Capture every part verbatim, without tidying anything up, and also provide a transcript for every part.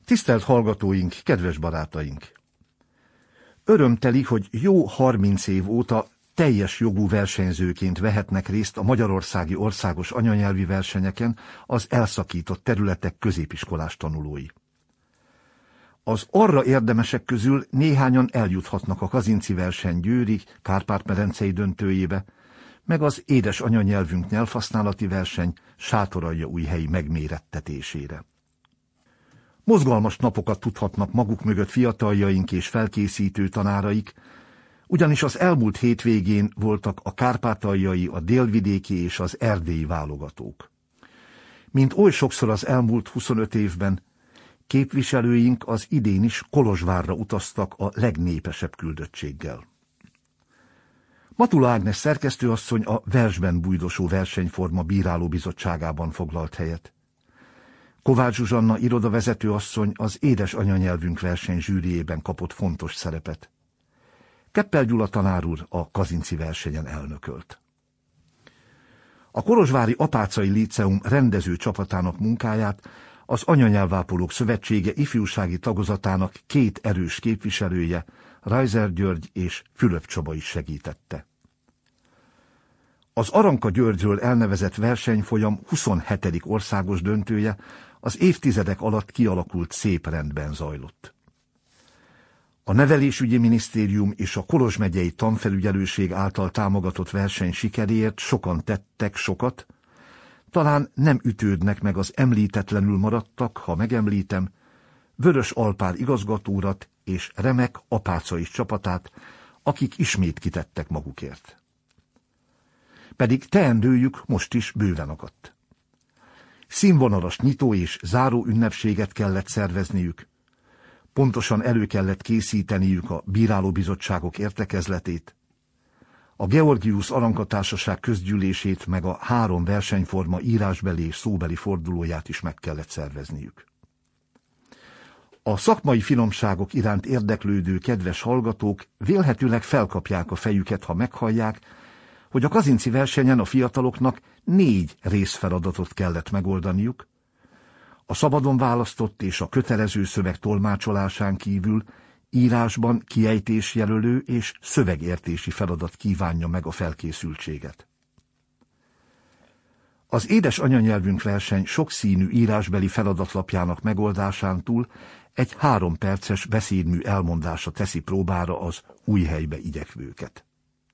Tisztelt hallgatóink, kedves barátaink! Örömteli, hogy jó harminc év óta teljes jogú versenyzőként vehetnek részt a magyarországi országos anyanyelvi versenyeken az elszakított területek középiskolás tanulói. Az arra érdemesek közül néhányan eljuthatnak a Kazinczy verseny győri, Kárpát-medencei döntőjébe, meg az édes anyanyelvünk nyelvhasználati verseny Sátoraljaújhelyi megmérettetésére. Mozgalmas napokat tudhatnak maguk mögött fiataljaink és felkészítő tanáraik, ugyanis az elmúlt hétvégén voltak a kárpátaljai, a délvidéki és az erdélyi válogatók. Mint oly sokszor az elmúlt huszonöt évben, képviselőink az idén is Kolozsvárra utaztak a legnépesebb küldöttséggel. Matula Ágnes szerkesztőasszony a versben bújdosó versenyforma bírálóbizottságában foglalt helyet. Kovács Zsuzsanna irodavezetőasszony az édes anyanyelvünk verseny zsűriében kapott fontos szerepet. Keppel Gyula tanár úr a Kazinczy versenyen elnökölt. A kolozsvári Apáczai Líceum rendező csapatának munkáját az Anyanyelvápolók Szövetsége ifjúsági tagozatának két erős képviselője, Reiser György és Fülöp Csaba is segítette. Az Aranka Györgyről elnevezett versenyfolyam huszonhetedik országos döntője az évtizedek alatt kialakult szép rendben zajlott. A Nevelésügyi Minisztérium és a Kolozs megyei tanfelügyelőség által támogatott verseny sikeréért sokan tettek sokat, talán nem ütődnek meg az említetlenül maradtak, ha megemlítem, Vörös Alpár igazgatóurat és remek apáczai csapatát, akik ismét kitettek magukért. Pedig teendőjük most is bőven akadt. Színvonalas nyitó és záró ünnepséget kellett szervezniük, pontosan elő kellett készíteniük a bírálóbizottságok értekezletét, a Georgius Aranka Társaság közgyűlését meg a három versenyforma írásbeli és szóbeli fordulóját is meg kellett szervezniük. A szakmai finomságok iránt érdeklődő kedves hallgatók vélhetőleg felkapják a fejüket, ha meghallják, hogy a Kazinczy versenyen a fiataloknak négy részfeladatot kellett megoldaniuk, a szabadon választott és a kötelező szöveg tolmácsolásán kívül írásban kiejtésjelölő és szövegértési feladat kívánja meg a felkészültséget. Az édes anyanyelvünk verseny sokszínű írásbeli feladatlapjának megoldásán túl egy három perces beszédmű elmondása teszi próbára az új helybe igyekvőket.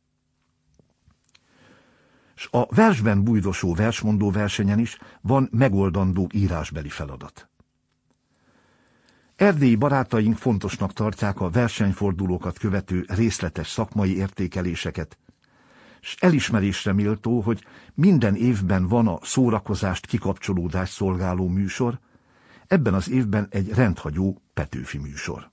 S a versben bújdosó versmondó versenyen is van megoldandó írásbeli feladat. Erdélyi barátaink fontosnak tartják a versenyfordulókat követő részletes szakmai értékeléseket, s elismerésre méltó, hogy minden évben van a szórakozást kikapcsolódást szolgáló műsor, ebben az évben egy rendhagyó Petőfi műsor.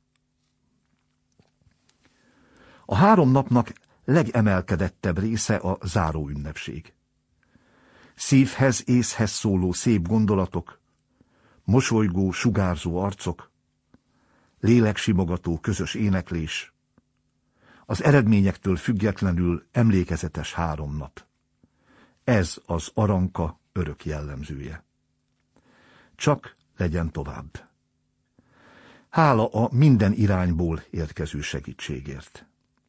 A három napnak legemelkedettebb része a záróünnepség. Szívhez, észhez szóló szép gondolatok, mosolygó, sugárzó arcok, léleksimogató közös éneklés, az eredményektől függetlenül emlékezetes három nap. Ez az Aranka örök jellemzője. Csak legyen tovább. Hála a minden irányból érkező segítségért.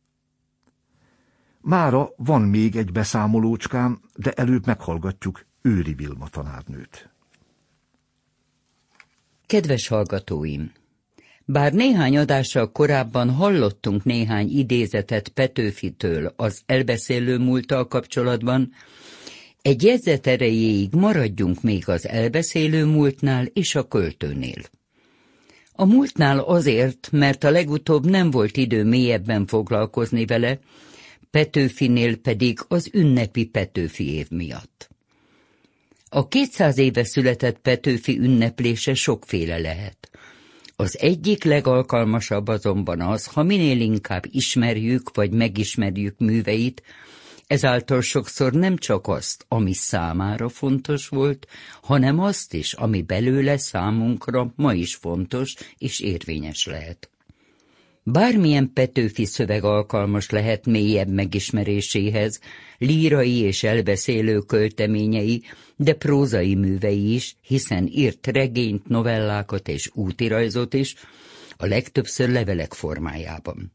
Mára van még egy beszámolócskám, de előbb meghallgatjuk Őri Vilma tanárnőt. Kedves hallgatóim! Bár néhány adással korábban hallottunk néhány idézetet Petőfitől az elbeszélő múlttal kapcsolatban, egy jegyzet erejéig maradjunk még az elbeszélő múltnál és a költőnél. A múltnál azért, mert a legutóbb nem volt idő mélyebben foglalkozni vele, Petőfinél pedig az ünnepi Petőfi év miatt. A kétszáz éve született Petőfi ünneplése sokféle lehet. Az egyik legalkalmasabb azonban az, ha minél inkább ismerjük vagy megismerjük műveit, ezáltal sokszor nem csak azt, ami számára fontos volt, hanem azt is, ami belőle számunkra ma is fontos és érvényes lehet. Bármilyen Petőfi szöveg alkalmas lehet mélyebb megismeréséhez, lírai és elbeszélő költeményei, de prózai művei is, hiszen írt regényt, novellákat és útirajzot is, a legtöbbször levelek formájában.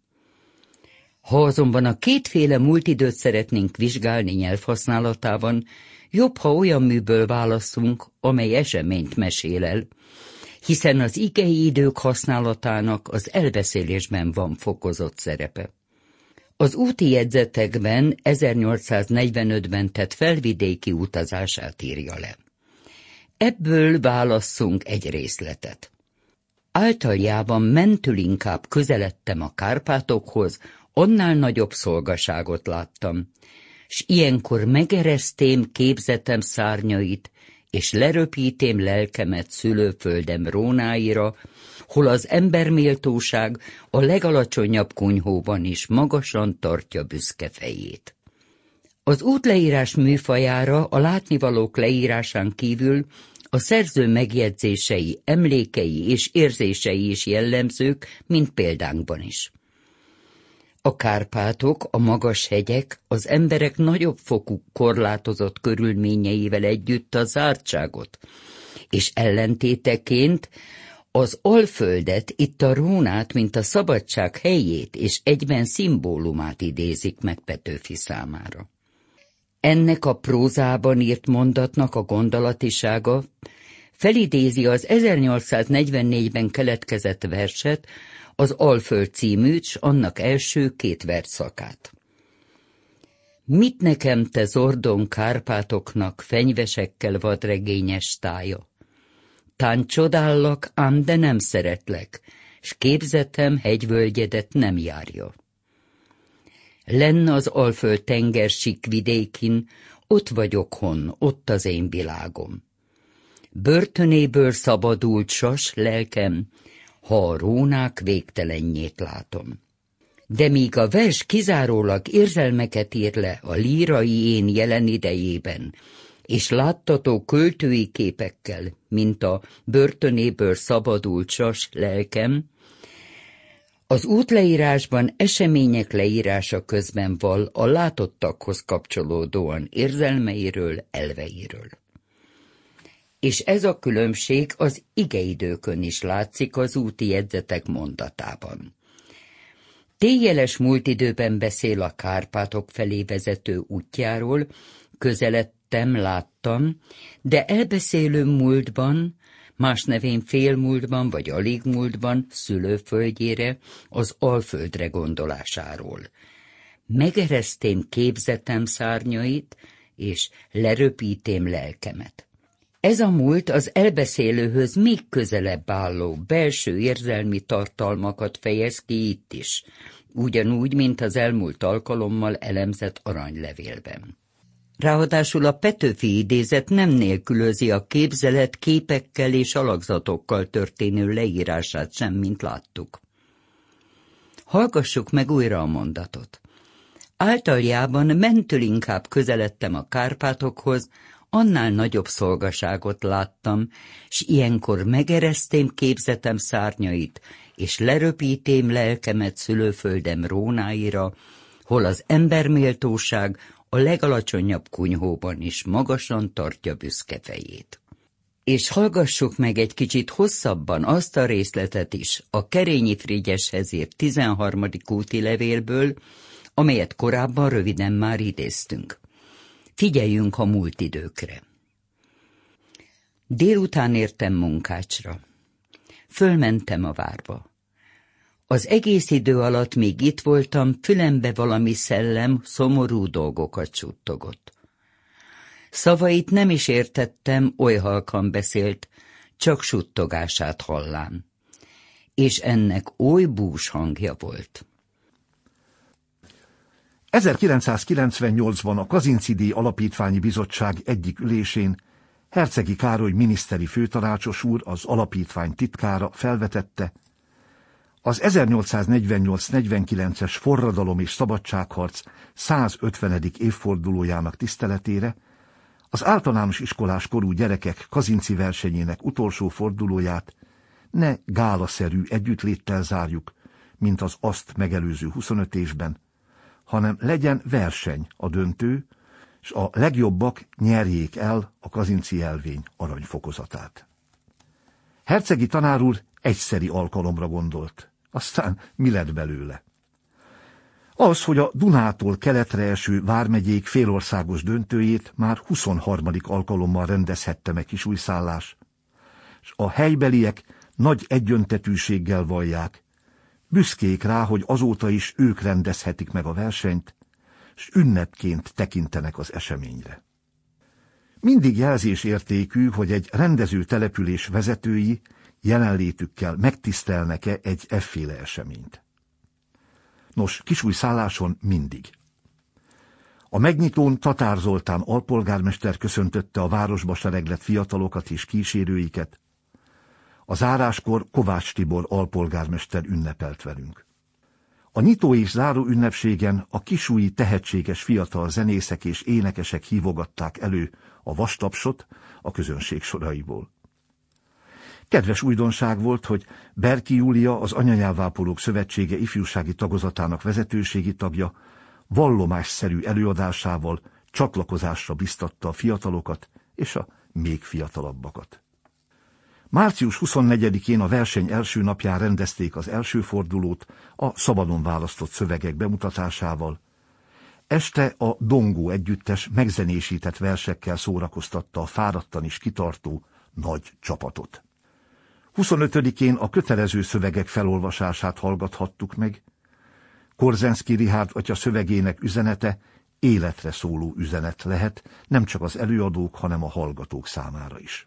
Ha azonban a kétféle múlt időt szeretnénk vizsgálni nyelvhasználatában, jobb, ha olyan műből válaszunk, amely eseményt mesél el, hiszen az igei idők használatának az elbeszélésben van fokozott szerepe. Az úti jegyzetekben ezernyolcszáznegyvenötben tett felvidéki utazását írja le. Ebből válasszunk egy részletet. Általjában mentül inkább közeledtem a Kárpátokhoz, annál nagyobb szolgaságot láttam, s ilyenkor megeresztém képzetem szárnyait, és leröpítém lelkemet szülőföldem rónáira, hol az emberméltóság a legalacsonyabb kunyhóban is magasan tartja büszke fejét. Az útleírás műfajára a látnivalók leírásán kívül a szerző megjegyzései, emlékei és érzései is jellemzők, mint példánkban is. A Kárpátok, a magas hegyek, az emberek nagyobb fokú korlátozott körülményeivel együtt a zártságot, és ellentéteként az Alföldet, itt a Rónát, mint a szabadság helyét és egyben szimbólumát idézik meg Petőfi számára. Ennek a prózában írt mondatnak a gondolatisága felidézi az ezernyolcszáznegyvennégyben keletkezett verset, az Alföld címűt, s annak első két versszakát. Mit nekem te zordon Kárpátoknak fenyvesekkel vadregényes tája? Tán csodállak, ám de nem szeretlek, s képzetem hegyvölgyedet nem járja. Lenn az Alföld tengersik vidékin, ott vagyok hon, ott az én világom. Börtönéből szabadult sas lelkem, ha a rónák végtelenjét látom. De míg a vers kizárólag érzelmeket ír le a lírai én jelen idejében, és láttató költői képekkel, mint a börtönéből szabadult sas lelkem, az útleírásban események leírása közben val a látottakhoz kapcsolódóan érzelmeiről, elveiről. És ez a különbség az igeidőkön is látszik az úti jegyzetek mondatában. Téjeles múlt időben beszél a Kárpátok felé vezető útjáról, közeledtem, láttam, de elbeszélő múltban, más nevén félmúltban vagy aligmúltban szülőföldjére, az Alföldre gondolásáról. Megeresztém képzetem szárnyait, és leröpítém lelkemet. Ez a múlt az elbeszélőhöz még közelebb álló belső érzelmi tartalmakat fejez ki itt is, ugyanúgy, mint az elmúlt alkalommal elemzett aranylevélben. Ráadásul a Petőfi idézet nem nélkülözi a képzelet képekkel és alakzatokkal történő leírását sem, mint láttuk. Hallgassuk meg újra a mondatot. Általjában mentől inkább közeledtem a Kárpátokhoz, annál nagyobb szolgaságot láttam, s ilyenkor megeresztém képzetem szárnyait, és leröpítém lelkemet szülőföldem rónáira, hol az emberméltóság a legalacsonyabb kunyhóban is magasan tartja büszke fejét. És hallgassuk meg egy kicsit hosszabban azt a részletet is a Kerényi Frigyeshez írt tizenharmadik úti levélből, amelyet korábban röviden már idéztünk. Figyeljünk a múlt időkre. Délután értem Munkácsra. Fölmentem a várba. Az egész idő alatt, míg itt voltam, fülembe valami szellem szomorú dolgokat suttogott. Szavait nem is értettem, oly halkan beszélt, csak suttogását hallám. És ennek oly bús hangja volt. ezerkilencszázkilencvennyolcban a Kazinczy-díj Alapítványi Bizottság egyik ülésén Hercegi Károly miniszteri főtanácsos úr, az alapítvány titkára felvetette, az ezernyolcszáznegyvennyolc-negyvenkilences forradalom és szabadságharc százötvenedik évfordulójának tiszteletére az általános iskolás korú gyerekek Kazinczy versenyének utolsó fordulóját ne gálaszerű együttléttel zárjuk, mint az azt megelőző huszonöt évben, hanem legyen verseny a döntő, és a legjobbak nyerjék el a Kazinczy jelvény aranyfokozatát. Hercegi tanár úr egyszeri alkalomra gondolt, aztán mi lett belőle? Az, hogy a Dunától keletre eső vármegyék félországos döntőjét már huszonharmadik alkalommal rendezhette meg Kisújszállás, és a helybeliek nagy egyöntetűséggel vallják, büszkék rá, hogy azóta is ők rendezhetik meg a versenyt, s ünnepként tekintenek az eseményre. Mindig jelzésértékű, hogy egy rendező település vezetői jelenlétükkel megtisztelnek-e egy efféle eseményt. Nos, Kisújszálláson mindig. A megnyitón Tatár Zoltán alpolgármester köszöntötte a városba sereglett fiatalokat és kísérőiket, a záráskor Kovács Tibor alpolgármester ünnepelt velünk. A nyitó és záró ünnepségen a kisúji tehetséges fiatal zenészek és énekesek hívogatták elő a vastapsot a közönség soraiból. Kedves újdonság volt, hogy Berki Júlia, az Anyanyelvápolók Szövetsége ifjúsági tagozatának vezetőségi tagja vallomásszerű előadásával csatlakozásra biztatta a fiatalokat és a még fiatalabbakat. március huszonnegyedikén a verseny első napján rendezték az első fordulót a szabadon választott szövegek bemutatásával. Este a Dongó együttes megzenésített versekkel szórakoztatta a fáradtan is kitartó nagy csapatot. huszonötödikén a kötelező szövegek felolvasását hallgathattuk meg. Korzenszky Richárd atya szövegének üzenete életre szóló üzenet lehet, nem csak az előadók, hanem a hallgatók számára is.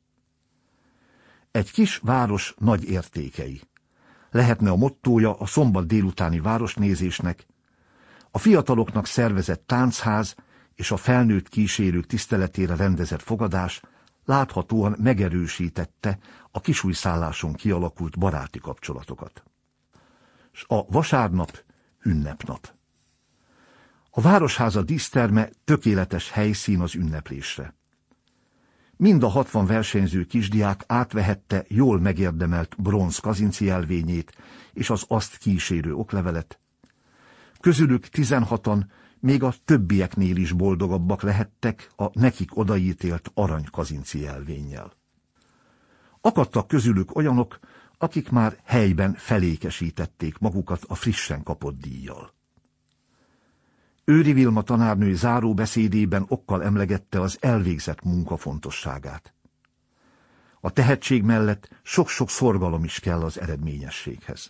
Egy kis város nagy értékei. Lehetne a mottója a szombat délutáni városnézésnek, a fiataloknak szervezett táncház és a felnőtt kísérők tiszteletére rendezett fogadás láthatóan megerősítette a Kisújszálláson kialakult baráti kapcsolatokat. S a vasárnap ünnepnap. A Városháza díszterme tökéletes helyszín az ünneplésre. Mind a hatvan versenyző kisdiák átvehette jól megérdemelt bronz Kazinczy jelvényét és az azt kísérő oklevelet. Közülük tizenhatan még a többieknél is boldogabbak lehettek a nekik odaítélt arany Kazinczy jelvénnyel. Akadtak közülük olyanok, akik már helyben felékesítették magukat a frissen kapott díjjal. Őri Vilma tanárnő záró beszédében okkal emlegette az elvégzett munka fontosságát. A tehetség mellett sok-sok szorgalom is kell az eredményességhez.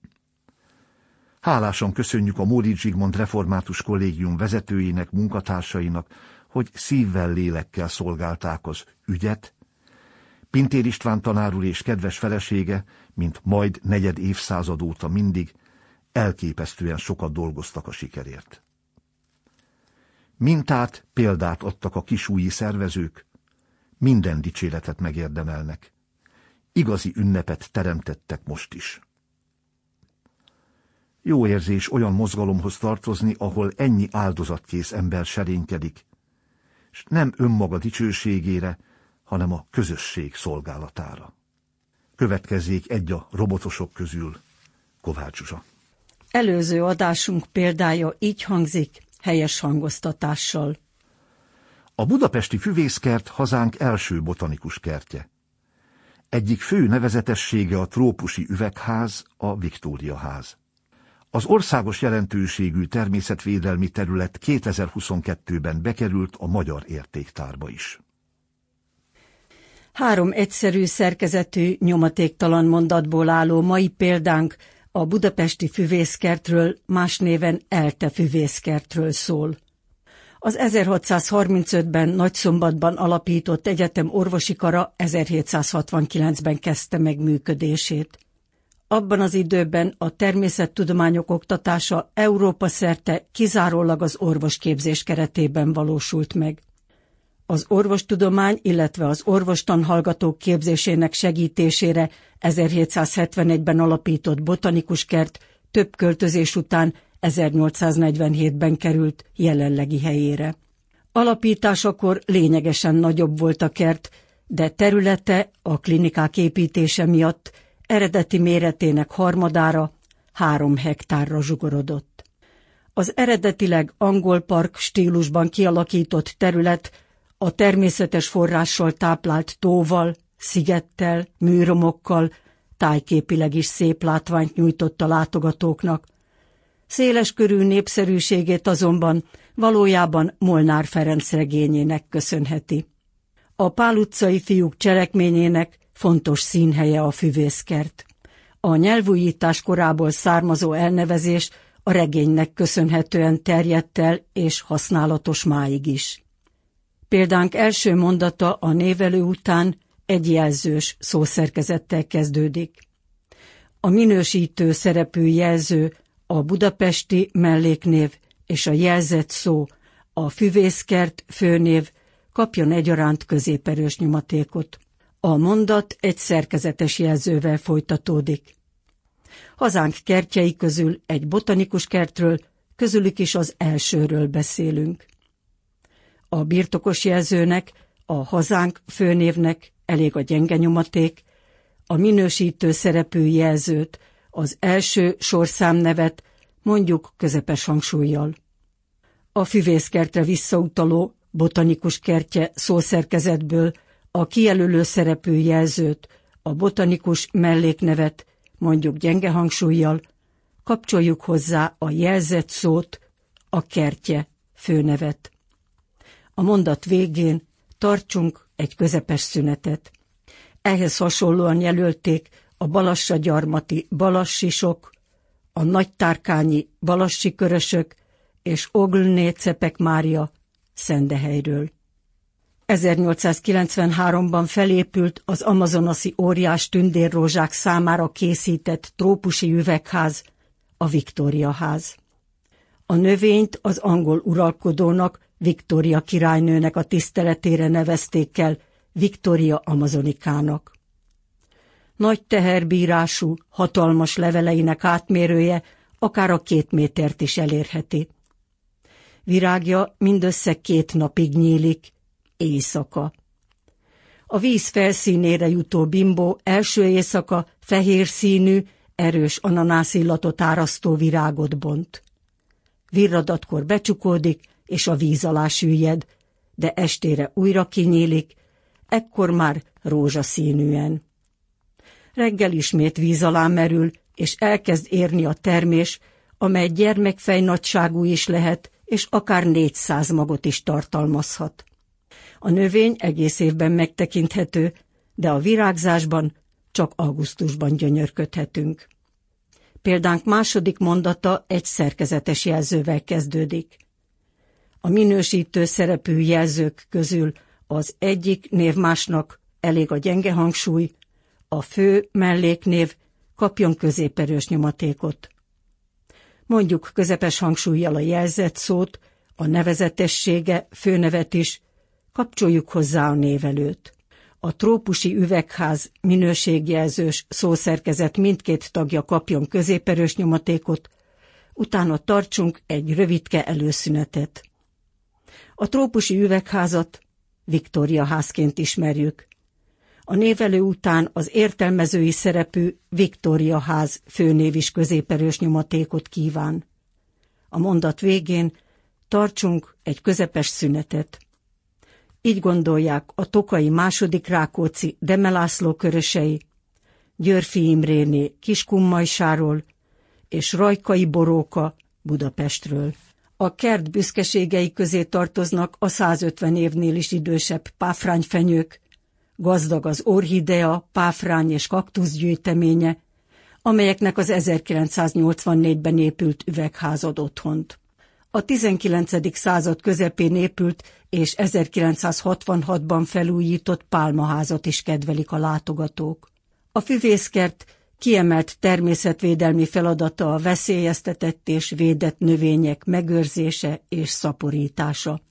Hálásan köszönjük a Móricz Zsigmond Református Kollégium vezetőinek, munkatársainak, hogy szívvel, lélekkel szolgálták az ügyet. Pintér István tanár úr és kedves felesége, mint majd negyed évszázad óta mindig, elképesztően sokat dolgoztak a sikerért. Mintát, példát adtak a kisúji szervezők, minden dicséretet megérdemelnek. Igazi ünnepet teremtettek most is. Jó érzés olyan mozgalomhoz tartozni, ahol ennyi áldozatkész ember serénykedik, és nem önmaga dicsőségére, hanem a közösség szolgálatára. Következzék egy a robotosok közül, Kovács Zsuzsa. Előző adásunk példája így hangzik, helyes hangoztatással. A budapesti füvészkert hazánk első botanikus kertje. Egyik fő nevezetessége a trópusi üvegház, a Viktória ház. Az országos jelentőségű természetvédelmi terület kétezer-huszonkettőben bekerült a Magyar Értéktárba is. Három egyszerű szerkezetű, nyomatéktalan mondatból álló mai példánk a budapesti füvészkertről, más néven ELTE füvészkertről szól. Az ezerhatszázharmincötben Nagyszombatban alapított egyetem orvosi kara ezerhétszázhatvankilencben kezdte meg működését. Abban az időben a természettudományok oktatása Európa szerte kizárólag az orvosképzés keretében valósult meg. Az orvostudomány, illetve az orvostanhallgatók képzésének segítésére ezerhétszázhetvenegyben alapított botanikus kert több költözés után ezernyolcszáznegyvenhétben került jelenlegi helyére. Alapításakor lényegesen nagyobb volt a kert, de területe a klinikák építése miatt eredeti méretének harmadára, három hektárra zsugorodott. Az eredetileg angol park stílusban kialakított terület a természetes forrással táplált tóval, szigettel, műromokkal, tájképileg is szép látványt nyújtott a látogatóknak. Széles körű népszerűségét azonban valójában Molnár Ferenc regényének köszönheti. A Pál utcai fiúk cselekményének fontos színhelye a füvészkert. A nyelvújítás korából származó elnevezés a regénynek köszönhetően terjedt el és használatos máig is. Példánk első mondata a névelő után egy jelzős szószerkezettel kezdődik. A minősítő szerepű jelző a budapesti melléknév és a jelzett szó, a füvészkert főnév kapjon egyaránt középerős nyomatékot. A mondat egy szerkezetes jelzővel folytatódik. Hazánk kertjei közül egy botanikus kertről, közülük is az elsőről beszélünk. A birtokos jelzőnek, a hazánk főnévnek elég a gyenge nyomaték, a minősítő szerepű jelzőt, az első sorszámnevet mondjuk közepes hangsúllyal. A füvészkertre visszautaló botanikus kertje szószerkezetből a kijelölő szerepű jelzőt, a botanikus melléknevet mondjuk gyenge hangsúllyal, kapcsoljuk hozzá a jelzett szót, a kertje főnevet. A mondat végén tartsunk egy közepes szünetet. Ehhez hasonlóan jelölték a balassagyarmati balassisok, a nagytárkányi balassi körösök és Oglné Cepek Mária Szendehelyről. ezernyolcszázkilencvenháromban felépült az amazonasi óriás tündérrózsák számára készített trópusi üvegház, a Victoria ház. A növényt az angol uralkodónak, Victoria királynőnek a tiszteletére nevezték el Victoria amazonikának. Nagy teherbírású, hatalmas leveleinek átmérője akár a két métert is elérheti. Virágja mindössze két napig nyílik, éjszaka. A víz felszínére jutó bimbó első éjszaka fehér színű, erős ananászillatot árasztó virágot bont. Virradatkor becsukódik, és a víz alá süllyed, de estére újra kinyílik, ekkor már rózsaszínűen. Reggel ismét víz alá merül, és elkezd érni a termés, amely gyermekfej nagyságú is lehet, és akár négyszáz magot is tartalmazhat. A növény egész évben megtekinthető, de a virágzásban csak augusztusban gyönyörködhetünk. Példánk második mondata egy szerkezetes jelzővel kezdődik. A minősítő szerepű jelzők közül az egyik névmásnak elég a gyenge hangsúly, a fő melléknév kapjon középerős nyomatékot. Mondjuk közepes hangsúllyal a jelzett szót, a nevezetessége főnevet is, kapcsoljuk hozzá a névelőt. A trópusi üvegház minőségjelzős szószerkezet mindkét tagja kapjon középerős nyomatékot, utána tartsunk egy rövidke előszünetet. A trópusi üvegházat Victoria házként ismerjük. A névelő után az értelmezői szerepű Victoria ház főnév is középerős nyomatékot kíván. A mondat végén tartsunk egy közepes szünetet. Így gondolják a Tokai második Rákóczi Deme László körösei, Györffy Imréné Kiskunmajsáról és Rajkai Boróka Budapestről. A kert büszkeségei közé tartoznak a százötven évnél is idősebb páfrányfenyők, gazdag az orchidea, páfrány és kaktusz gyűjteménye, amelyeknek az ezerkilencszáznyolcvannégyben épült üvegház ad otthont. A tizenkilencedik század közepén épült és ezerkilencszázhatvanhatban felújított pálmaházat is kedvelik a látogatók. A füvészkert kiemelt természetvédelmi feladata a veszélyeztetett és védett növények megőrzése és szaporítása.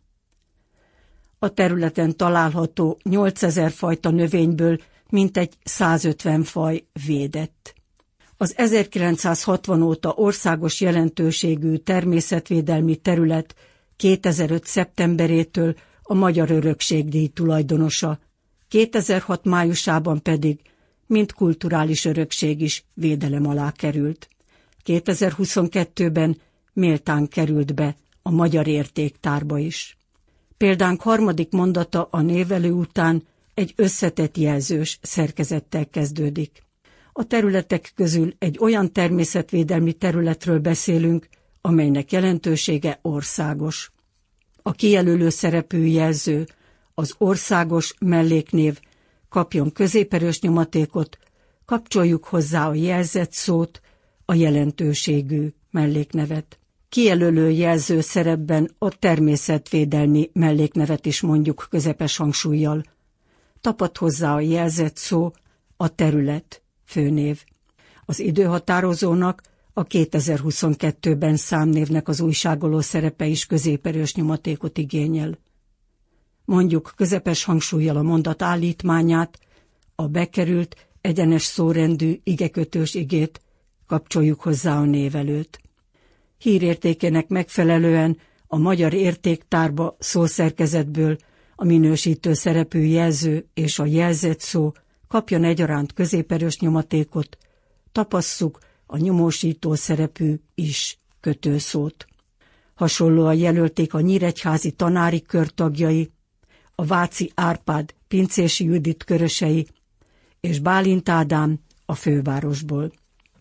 A területen található nyolcezer fajta növényből mintegy százötven faj védett. Az ezerkilencszázhatvan óta országos jelentőségű természetvédelmi terület kétezer-öt szeptemberétől a Magyar Örökségdíj tulajdonosa, kétezer-hat májusában pedig mint kulturális örökség is védelem alá került. kétezer-huszonkettőben méltán került be a magyar értéktárba is. Példánk harmadik mondata a névelő után egy összetett jelzős szerkezettel kezdődik. A területek közül egy olyan természetvédelmi területről beszélünk, amelynek jelentősége országos. A kijelölő szerepű jelző, az országos melléknév kapjon középerős nyomatékot, kapcsoljuk hozzá a jelzett szót, a jelentőségű melléknevet. Kijelölő jelző szerepben a természetvédelmi melléknevet is mondjuk közepes hangsúllyal. Tapad hozzá a jelzett szó, a terület, főnév. Az időhatározónak, a kétezer-huszonkettőben számnévnek az újságoló szerepe is középerős nyomatékot igényel. Mondjuk közepes hangsúllyal a mondat állítmányát, a bekerült, egyenes szórendű igekötős igét, kapcsoljuk hozzá a névelőt. Hírértékének megfelelően a magyar értéktárba szószerkezetből a minősítő szerepű jelző és a jelzett szó kapjon egyaránt középerős nyomatékot, tapasszuk a nyomósító szerepű is kötőszót. Hasonlóan jelölték a nyíregyházi tanári kör tagjai, a Váci Árpád Pincési Judit körösei és Bálint Ádám a fővárosból.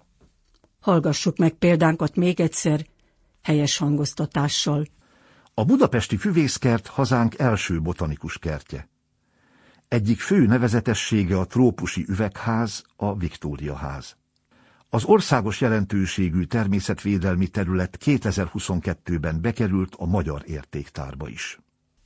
Hallgassuk meg példánkat még egyszer, helyes hangoztatással. A budapesti füvészkert hazánk első botanikus kertje. Egyik fő nevezetessége a trópusi üvegház, a Viktória ház. Az országos jelentőségű természetvédelmi terület kétezer-huszonkettőben bekerült a magyar értéktárba is.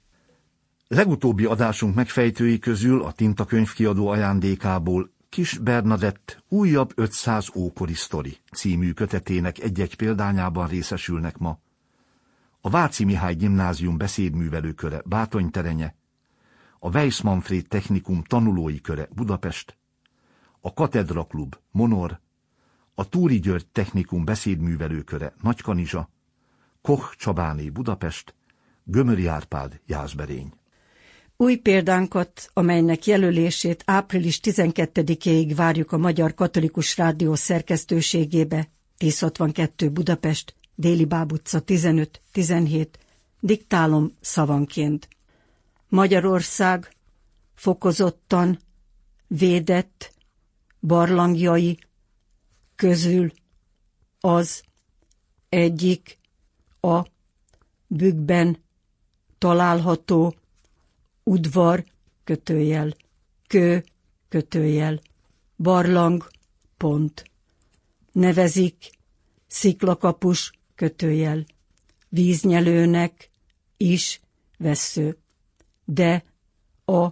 Legutóbbi adásunk megfejtői közül a Tinta könyvkiadó ajándékából Kis Bernadett újabb ötszáz ókori sztori című kötetének egy-egy példányában részesülnek ma. A Váci Mihály Gimnázium beszédművelőköre Bátonyterenye, a Weiss Manfréd Technikum tanulói köre Budapest, a Katedra Klub Monor, a Túri György Technikum beszédművelőköre Nagykanizsa, Koch Csabáné Budapest, Gömöri Árpád Jászberény. Új példánkat, amelynek jelölését április tizenkettedikéig várjuk a Magyar Katolikus Rádió szerkesztőségébe, tízszázhatvankettő Budapest, Déli Báb utca tizenöt tizenhét, diktálom szavanként. Magyarország fokozottan védett barlangjai közül az egyik a bükkben található udvar kötőjel, kő kötőjel, barlang pont. Nevezik sziklakapus kötőjel, víznyelőnek is vessző, de a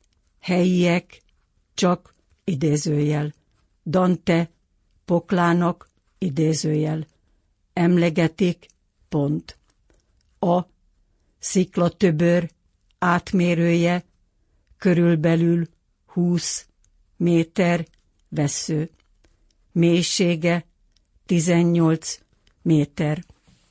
helyiek csak idézőjel, Dante poklának idézőjel, emlegetik pont. A sziklatöbör átmérője körülbelül húsz méter vessző, mélysége tizennyolc méter.